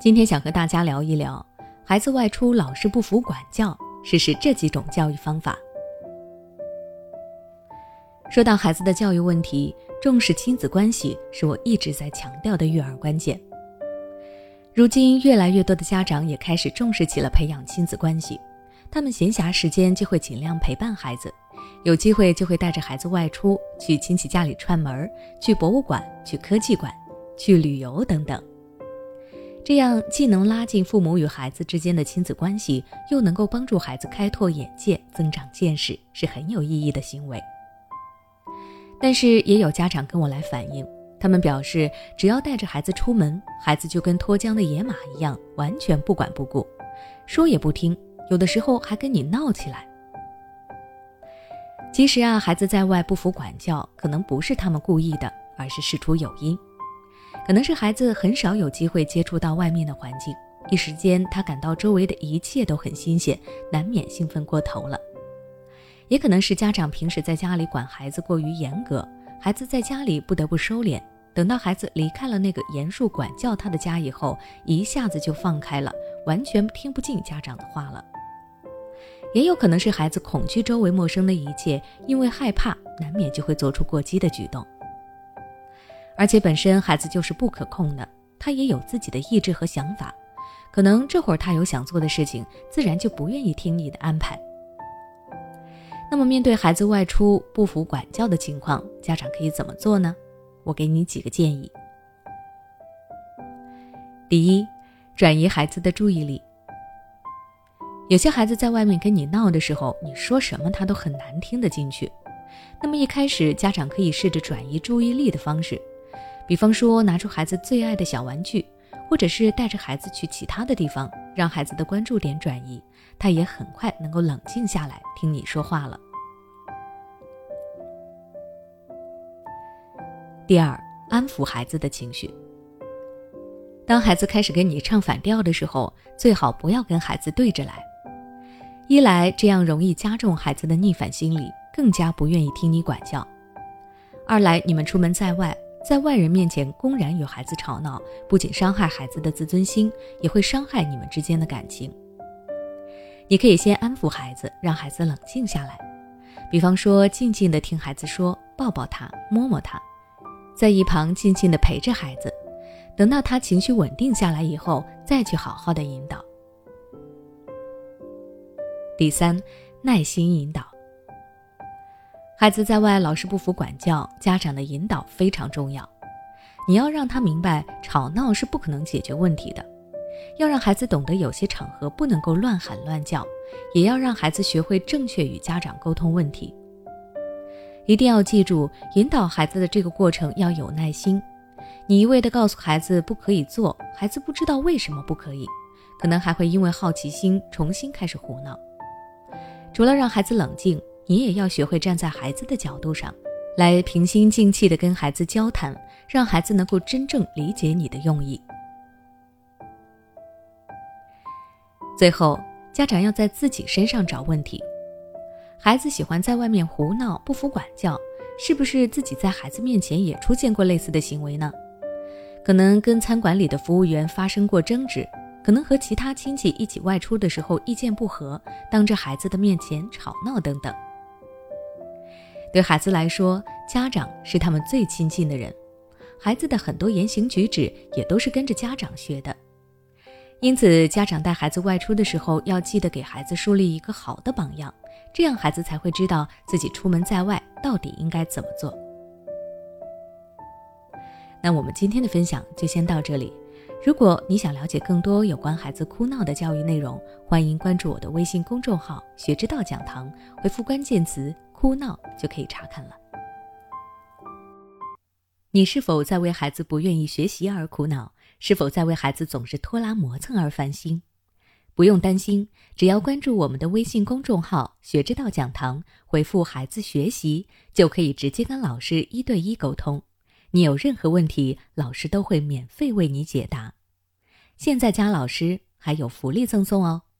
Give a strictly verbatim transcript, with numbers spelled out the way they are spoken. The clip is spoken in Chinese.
今天想和大家聊一聊，孩子外出老师不服管教，试试这几种教育方法。说到孩子的教育问题，重视亲子关系是我一直在强调的育儿关键。如今越来越多的家长也开始重视起了培养亲子关系，他们闲暇时间就会尽量陪伴孩子，有机会就会带着孩子外出，去亲戚家里串门，去博物馆，去科技馆，去旅游等等。这样既能拉近父母与孩子之间的亲子关系，又能够帮助孩子开拓眼界，增长见识，是很有意义的行为。但是也有家长跟我来反映，他们表示只要带着孩子出门，孩子就跟脱缰的野马一样，完全不管不顾，说也不听，有的时候还跟你闹起来。其实啊，孩子在外不服管教，可能不是他们故意的，而是事出有因。可能是孩子很少有机会接触到外面的环境，一时间他感到周围的一切都很新鲜，难免兴奋过头了。也可能是家长平时在家里管孩子过于严格，孩子在家里不得不收敛，等到孩子离开了那个严肃管教他的家以后，一下子就放开了，完全听不进家长的话了。也有可能是孩子恐惧周围陌生的一切，因为害怕，难免就会做出过激的举动。而且本身孩子就是不可控的，他也有自己的意志和想法，可能这会儿他有想做的事情，自然就不愿意听你的安排。那么面对孩子外出不服管教的情况，家长可以怎么做呢？我给你几个建议。第一，转移孩子的注意力。有些孩子在外面跟你闹的时候，你说什么他都很难听得进去。那么一开始家长可以试着转移注意力的方式，比方说拿出孩子最爱的小玩具，或者是带着孩子去其他的地方，让孩子的关注点转移，他也很快能够冷静下来听你说话了。第二，安抚孩子的情绪。当孩子开始跟你唱反调的时候，最好不要跟孩子对着来。一来这样容易加重孩子的逆反心理，更加不愿意听你管教；二来你们出门在外，在外人面前公然与孩子吵闹，不仅伤害孩子的自尊心，也会伤害你们之间的感情。你可以先安抚孩子，让孩子冷静下来，比方说静静地听孩子说，抱抱他，摸摸他，在一旁静静地陪着孩子，等到他情绪稳定下来以后，再去好好的引导。第三，耐心引导。孩子在外老师不服管教，家长的引导非常重要。你要让他明白，吵闹是不可能解决问题的，要让孩子懂得有些场合不能够乱喊乱叫，也要让孩子学会正确与家长沟通问题。一定要记住，引导孩子的这个过程要有耐心。你一味地告诉孩子不可以做，孩子不知道为什么不可以，可能还会因为好奇心重新开始胡闹。除了让孩子冷静，你也要学会站在孩子的角度上，来平心静气地跟孩子交谈，让孩子能够真正理解你的用意。最后，家长要在自己身上找问题。孩子喜欢在外面胡闹，不服管教，是不是自己在孩子面前也出现过类似的行为呢？可能跟餐馆里的服务员发生过争执，可能和其他亲戚一起外出的时候意见不合，当着孩子的面前吵闹等等。对孩子来说，家长是他们最亲近的人，孩子的很多言行举止也都是跟着家长学的。因此，家长带孩子外出的时候，要记得给孩子树立一个好的榜样，这样孩子才会知道自己出门在外到底应该怎么做。那我们今天的分享就先到这里。如果你想了解更多有关孩子哭闹的教育内容，欢迎关注我的微信公众号学之道讲堂，回复关键词哭闹就可以查看了。你是否在为孩子不愿意学习而苦恼？是否在为孩子总是拖拉磨蹭而烦心？不用担心，只要关注我们的微信公众号学之道讲堂，回复孩子学习，就可以直接跟老师一对一沟通。你有任何问题，老师都会免费为你解答。现在加老师还有福利赠送哦。